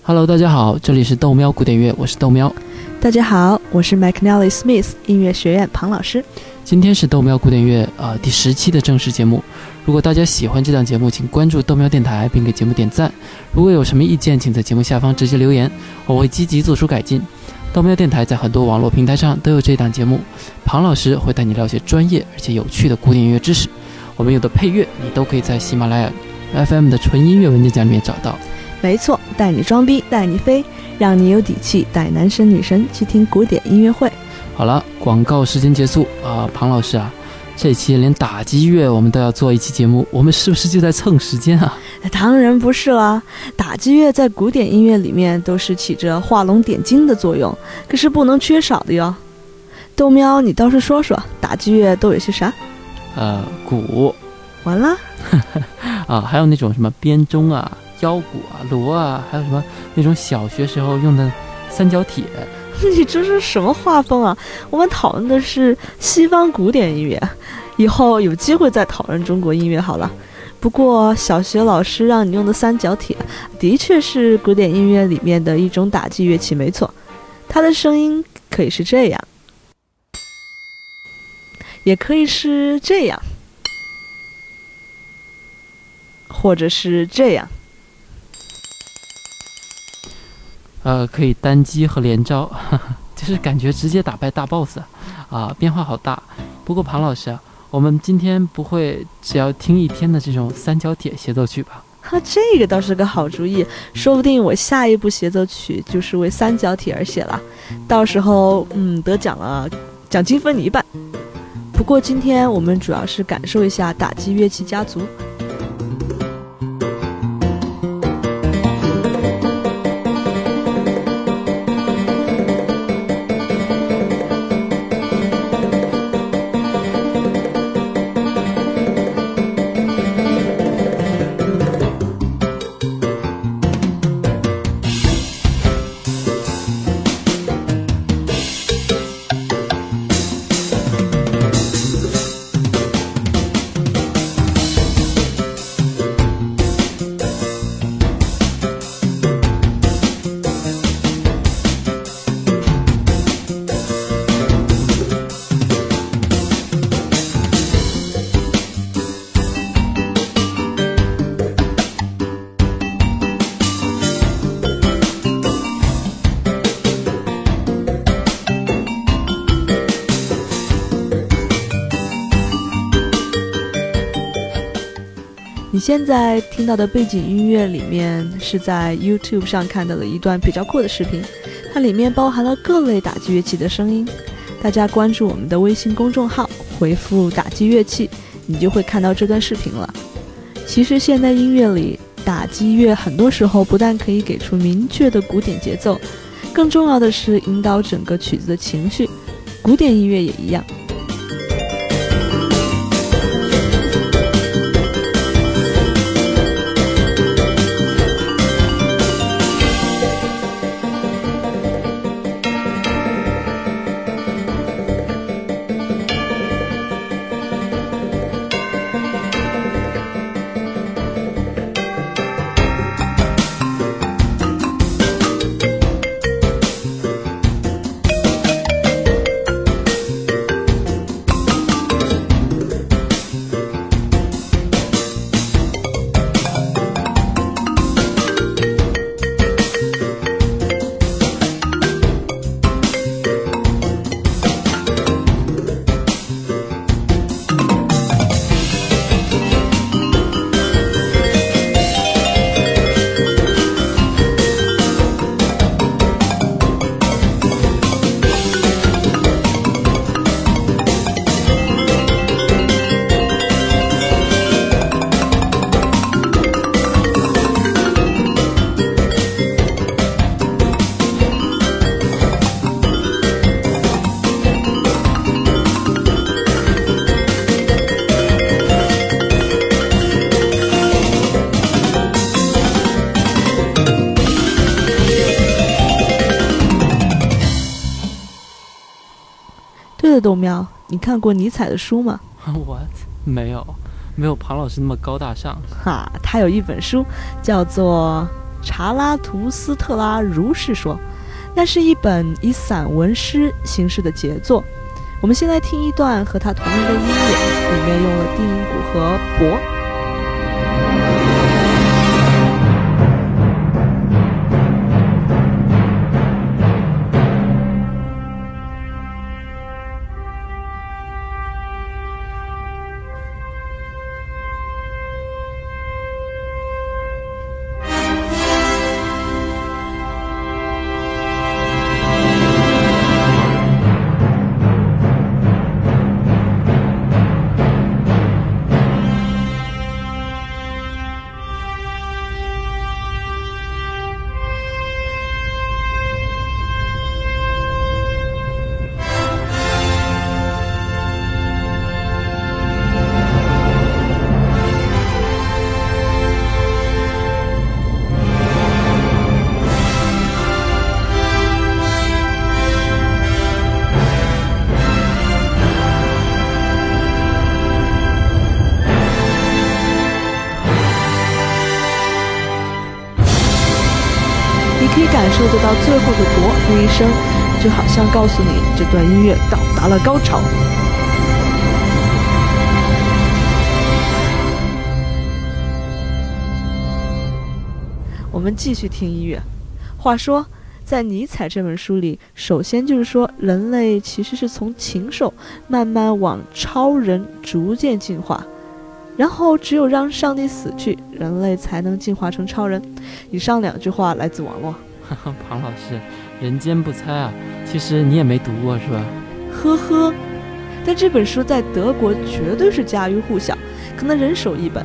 Hello， 大家好，这里是豆喵古典乐，我是豆喵。 大家好，我是 McNally Smith 音乐学院庞老师。 今天是豆喵古典乐第10期的正式节目。如果大家喜欢这档节目，请关注豆喵电台并给节目点赞。如果有什么意见，请在节目下方直接留言，我会积极做出改进。豆喵电台在很多网络平台上都有这档节目，庞老师会带你了解专业而且有趣的古典音乐知识。我们有的配乐你都可以在喜马拉雅 FM 的纯音乐文件夹里面找到。 没错，带你装逼带你飞，让你有底气带男神女神去听古典音乐会。 好了，广告时间结束庞老师这期连打击乐我们都要做一期节目，我们是不是就在蹭时间啊？ 当然不是啦，打击乐在古典音乐里面都是起着画龙点睛的作用，可是不能缺少的哟。豆喵，你倒是说说，打击乐都有些啥？ 鼓， 完了还有那种什么编钟腰鼓锣还有什么那种小学时候用的三角铁。 你这是什么画风啊？我们讨论的是西方古典音乐，以后有机会再讨论中国音乐好了。不过小学老师让你用的三角铁的确是古典音乐里面的一种打击乐器，没错，它的声音可以是这样，也可以是这样，或者是这样。 可以单击和连招，就是感觉直接打败大 boss 变化好大。不过庞老师我们今天不会只要听一天的这种三角铁协奏曲吧？ 这个倒是个好主意，说不定我下一部协奏曲就是为三角铁而写了，到时候得奖了，奖金分你一半。不过今天我们主要是感受一下打击乐器家族。你现在听到的背景音乐里面是在 YouTube 上看到了一段比较酷的视频，它里面包含了各类打击乐器的声音。大家关注我们的微信公众号，回复打击乐器，你就会看到这段视频了。其实现代音乐里，打击乐很多时候不但可以给出明确的古典节奏，更重要的是引导整个曲子的情绪。古典音乐也一样。对了，豆苗，你看过尼采的书吗？ What？ 没有庞老师那么高大上。 他有一本书叫做查拉图斯特拉如是说，那是一本以散文诗形式的杰作。我们先来听一段和他同名的音乐，里面用了低音鼓和钹。可以感受得到最后的钹那一声，就好像告诉你这段音乐到达了高潮。我们继续听音乐。话说在尼采这本书里，首先就是说人类其实是从禽兽慢慢往超人逐渐进化，然后只有让上帝死去，人类才能进化成超人。以上2句话来自网络。 庞老师，人间不猜啊，其实你也没读过是吧？ 呵呵，但这本书在德国绝对是家喻户晓，可能人手一本。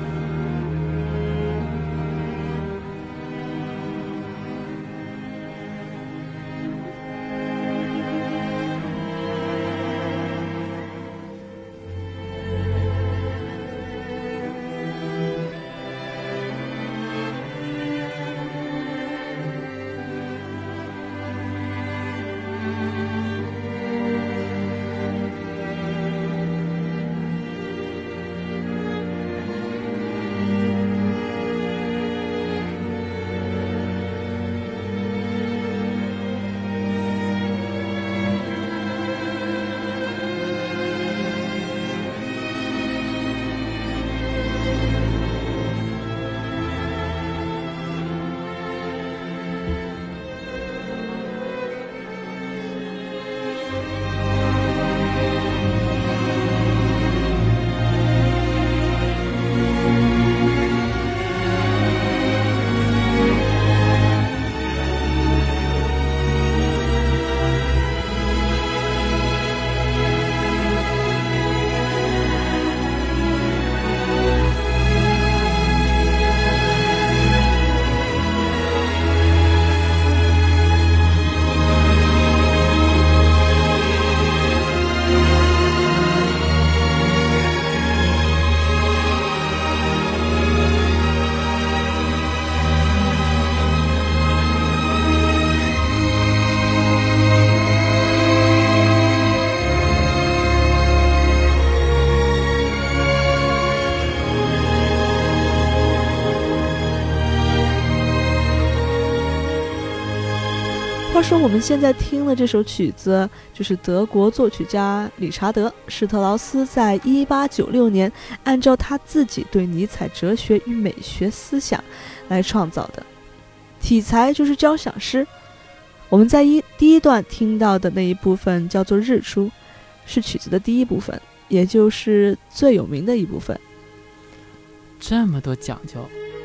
话说我们现在听了这首曲子，就是德国作曲家理查德·施特劳斯在1896年按照他自己对尼采哲学与美学思想来创造的，题材就是交响诗。我们在第一段听到的那一部分叫做日出，是曲子的第一部分，也就是最有名的一部分。 这么多讲究。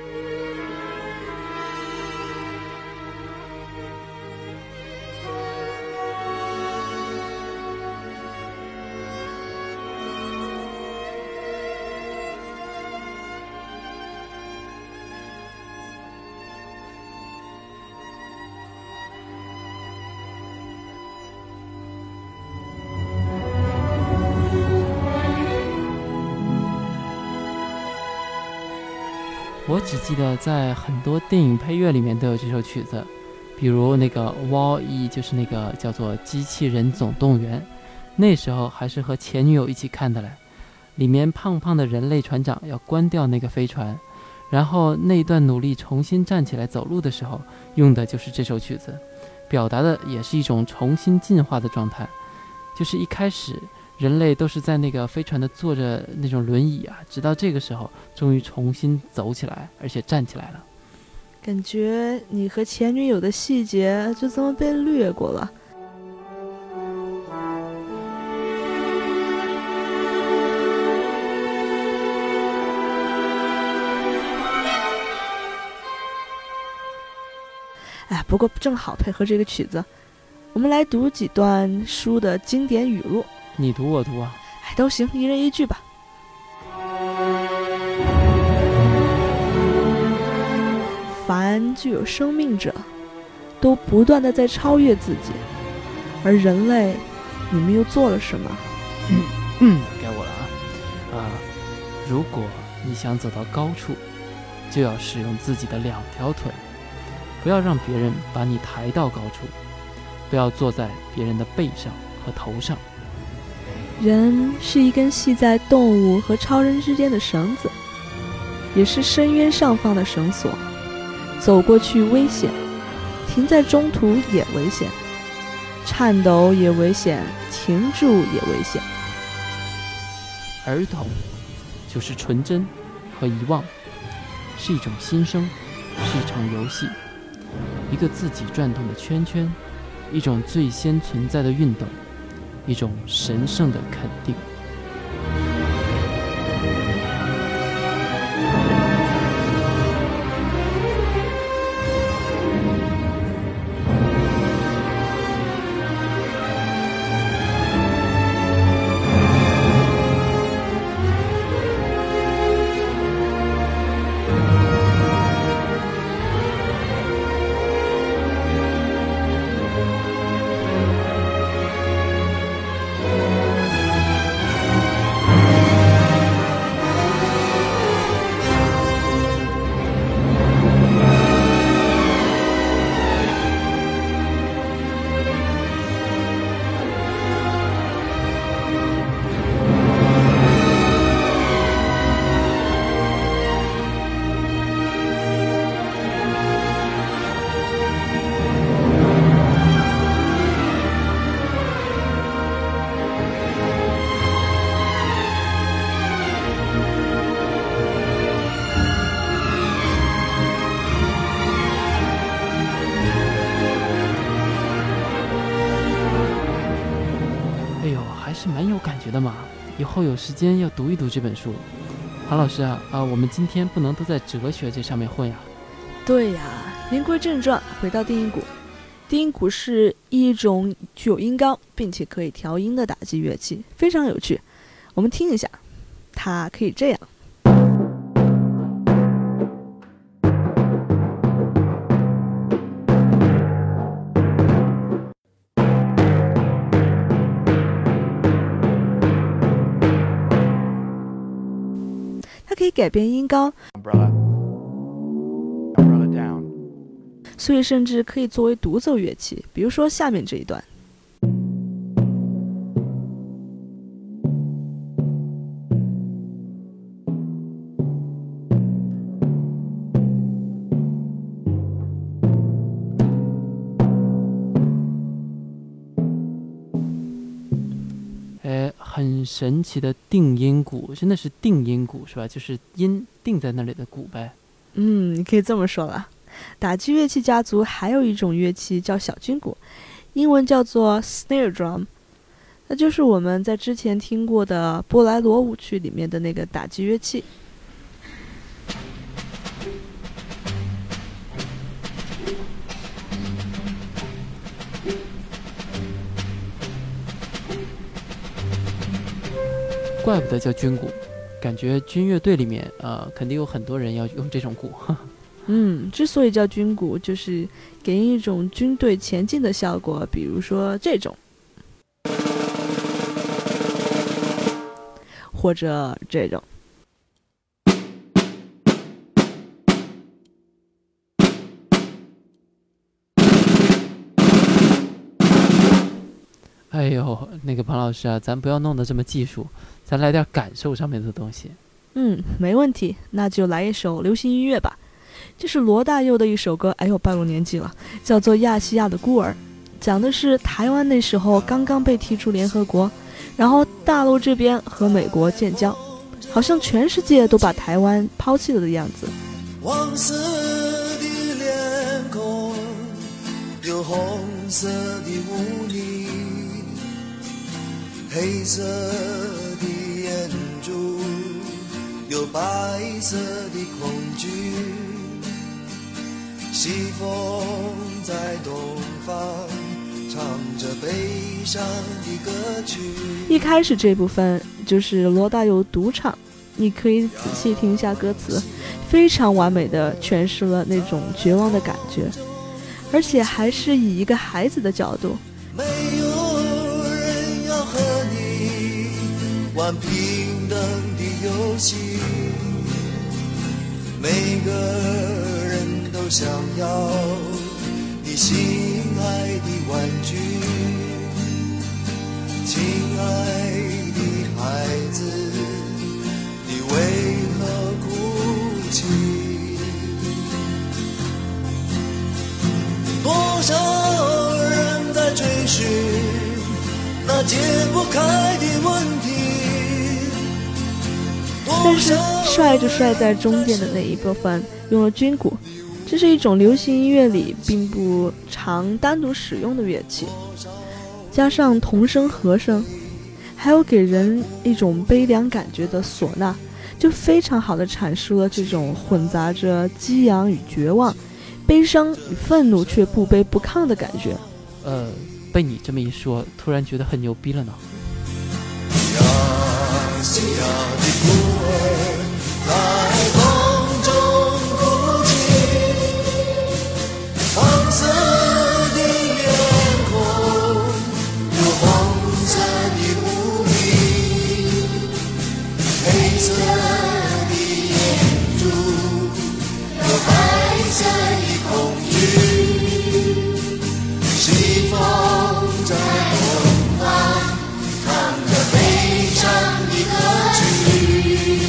我只记得在很多电影配乐里面都有这首曲子，比如那个 Wall-E， 就是那个叫做机器人总动员，那时候还是和前女友一起看的嘞。里面胖胖的人类船长要关掉那个飞船， 然后那一段努力重新站起来走路的时候，用的就是这首曲子，表达的也是一种重新进化的状态。就是一开始人类都是在那个飞船的坐着那种轮椅啊，直到这个时候终于重新走起来，而且站起来了。 感觉你和前女友的细节就这么被略过了。不过正好配合这个曲子，我们来读几段书的经典语录。 你读我读啊？ 都行，一人一句吧。凡具有生命者，都不断地在超越自己，而人类，你们又做了什么？ 该我了啊！如果你想走到高处，就要使用自己的2条腿，不要让别人把你抬到高处，不要坐在别人的背上和头上。 人是一根系在动物和超人之间的绳子，也是深渊上方的绳索。走过去危险，停在中途也危险，颤抖也危险，停住也危险。 儿童就是纯真和遗忘，是一种新生，是一场游戏，一个自己转动的圈圈，一种最先存在的运动，一种神圣的肯定。是蛮有感觉的嘛，以后有时间要读一读这本书。韩老师啊，我们今天不能都在哲学这上面混呀。 对呀，言归正传，回到定音鼓。定音鼓是一种具有音高并且可以调音的打击乐器，非常有趣。我们听一下，它可以这样。可以改变音高，所以甚至可以作为独奏乐器，比如说下面这一段。 很神奇的定音鼓，真的是定音鼓是吧？就是音定在那里的鼓呗。 你可以这么说了。打击乐器家族还有一种乐器叫小军鼓，英文叫做 snare drum， 那就是我们在之前听过的波莱罗舞曲里面的那个打击乐器。 怪不得叫军鼓，感觉军乐队里面肯定有很多人要用这种鼓。 之所以叫军鼓，就是给人一种军队前进的效果，比如说这种，或者这种。 哎呦，那个庞老师啊，咱不要弄得这么技术，咱来点感受上面的东西。 没问题，那就来一首流行音乐吧。这是罗大佑的一首歌，哎呦，暴露年纪了，叫做《亚细亚的孤儿》，讲的是台湾那时候刚刚被踢出联合国，然后大陆这边和美国建交，好像全世界都把台湾抛弃了的样子。 黄色的脸孔，有红色的污泥，黑色的眼珠，有白色的恐惧。西风在东方，唱着悲伤的歌曲。 一开始这部分就是罗大佑独唱，你可以仔细听一下歌词，非常完美的诠释了那种绝望的感觉，而且还是以一个孩子的角度。 没有人要和你玩平等的游戏，每个人都想要你心爱的玩具。亲爱的孩子，你为何哭泣？多少人在追寻那解不开的问题， 但是帅就帅在中间的那一部分用了军鼓，这是一种流行音乐里并不常单独使用的乐器，加上童声和声，还有给人一种悲凉感觉的唢呐，就非常好的阐述了这种混杂着激昂与绝望，悲伤与愤怒却不卑不亢的感觉。 被你这么一说，突然觉得很牛逼了呢。 亚细亚的孤儿在风中哭泣，黄色的脸孔，有红色的无名，黑色的眼珠，有白色的恐惧。西风在东方，唱着悲伤的歌曲。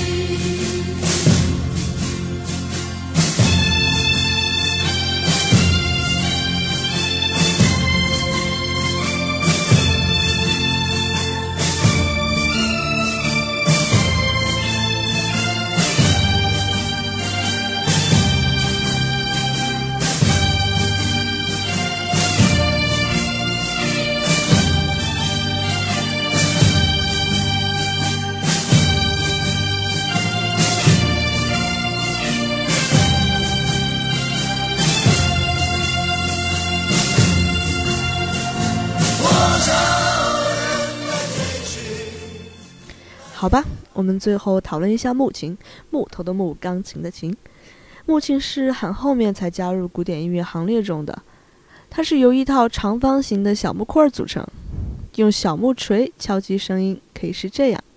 好吧，我们最后讨论一下木琴，木头的木，钢琴的琴。木琴是很后面才加入古典音乐行列中的，它是由一套长方形的小木块组成，用小木锤敲击声音可以是这样，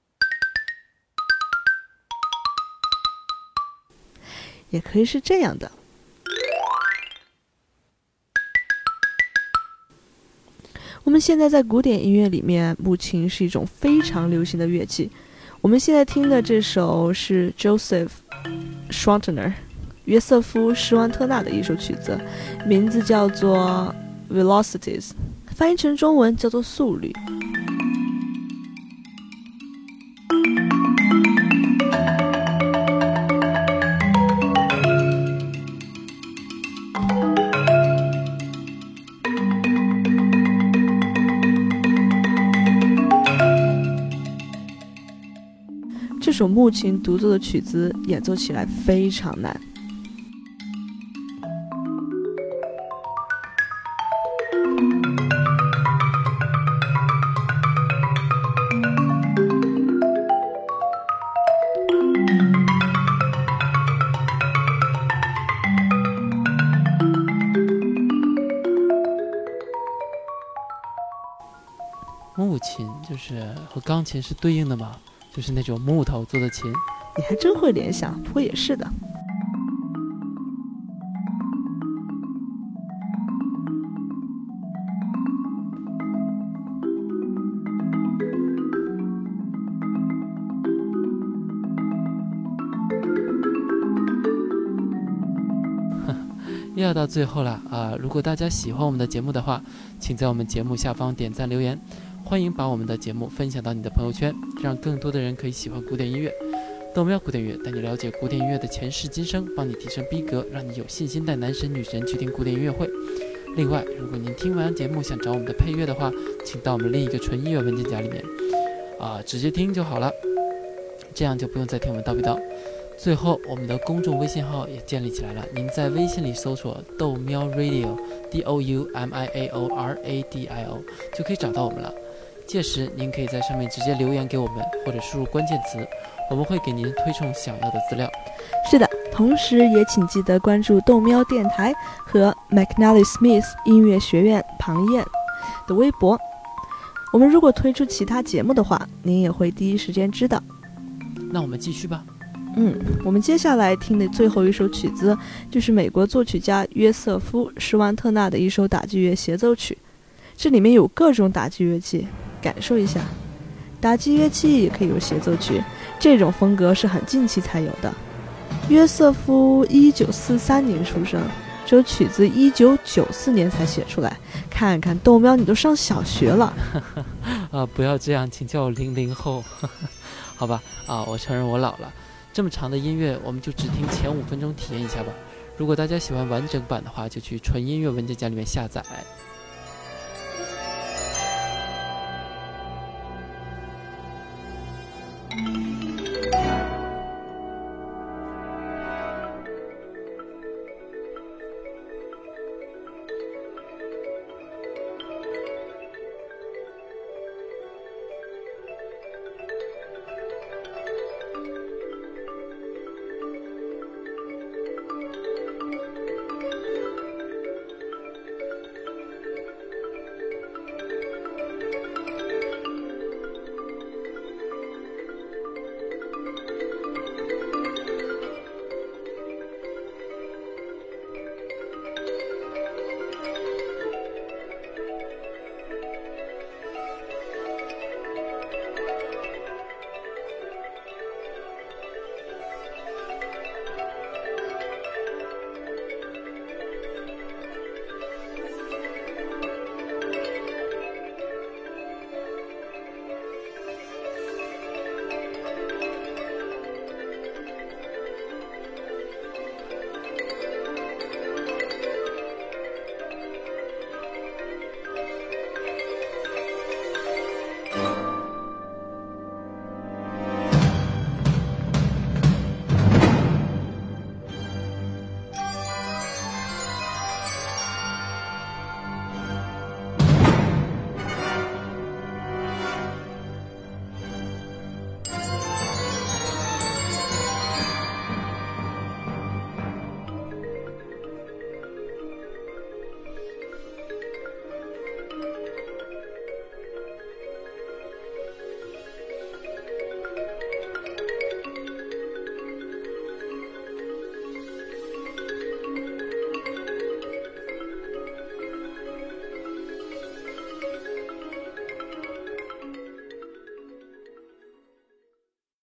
也可以是这样的。我们现在在古典音乐里面，木琴是一种非常流行的乐器。我们现在听的这首是 Joseph Schwantner 约瑟夫·施万特纳的一首曲子，名字叫做 Velocities， 翻译成中文叫做速率。这首木琴独奏的曲子演奏起来非常难。 木琴就是和钢琴是对应的嘛，就是那种木头做的琴。 你还真会联想，不过也是的。 又要到最后了如果大家喜欢我们的节目的话，请在我们节目下方点赞留言，欢迎把我们的节目分享到你的朋友圈，让更多的人可以喜欢古典音乐。豆喵古典乐带你了解古典音乐的前世今生，帮你提升逼格，让你有信心带男神女神去听古典音乐会。另外，如果您听完节目想找我们的配乐的话，请到我们另一个纯音乐文件夹里面直接听就好了，这样就不用再听我们叨逼叨。最后，我们的公众微信号也建立起来了，您在微信里搜索豆喵 radio DOUMIAORADIO 就可以找到我们了。届时您可以在上面直接留言给我们，或者输入关键词，我们会给您推送想要的资料。 是的，同时也请记得关注豆喵电台和 McNally Smith 音乐学院庞燕的微博。我们如果推出其他节目的话，您也会第一时间知道。 那我们继续吧。 我们接下来听的最后一首曲子就是美国作曲家约瑟夫·施万特纳的一首打击乐协奏曲，这里面有各种打击乐器，感受一下。打击乐器也可以有协奏曲，这种风格是很近期才有的。约瑟夫1943年出生，这首曲子1994年才写出来，看看豆喵你都上小学了不要这样，请叫我00后好吧我承认我老了。这么长的音乐我们就只听前5分钟体验一下吧，如果大家喜欢完整版的话，就去纯音乐文件夹里面下载。